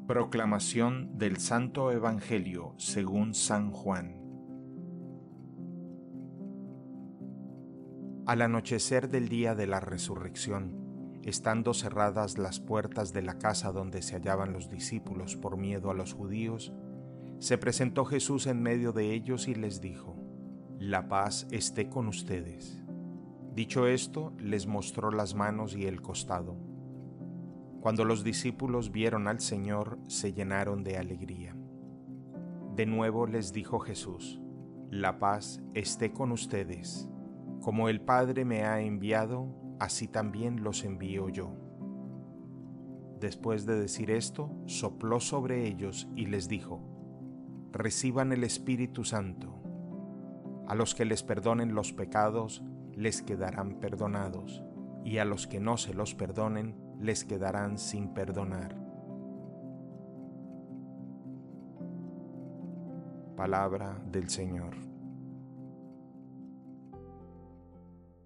Proclamación del Santo Evangelio según San Juan. Al anochecer del día de la resurrección, estando cerradas las puertas de la casa donde se hallaban los discípulos por miedo a los judíos, se presentó Jesús en medio de ellos y les dijo: «La paz esté con ustedes». Dicho esto, les mostró las manos y el costado. Cuando los discípulos vieron al Señor, se llenaron de alegría. De nuevo les dijo Jesús: «La paz esté con ustedes. Como el Padre me ha enviado, así también los envío yo». Después de decir esto, sopló sobre ellos y les dijo: «Reciban el Espíritu Santo. A los que les perdonen los pecados, les quedarán perdonados, y a los que no se los perdonen, les quedarán sin perdonar». Palabra del Señor.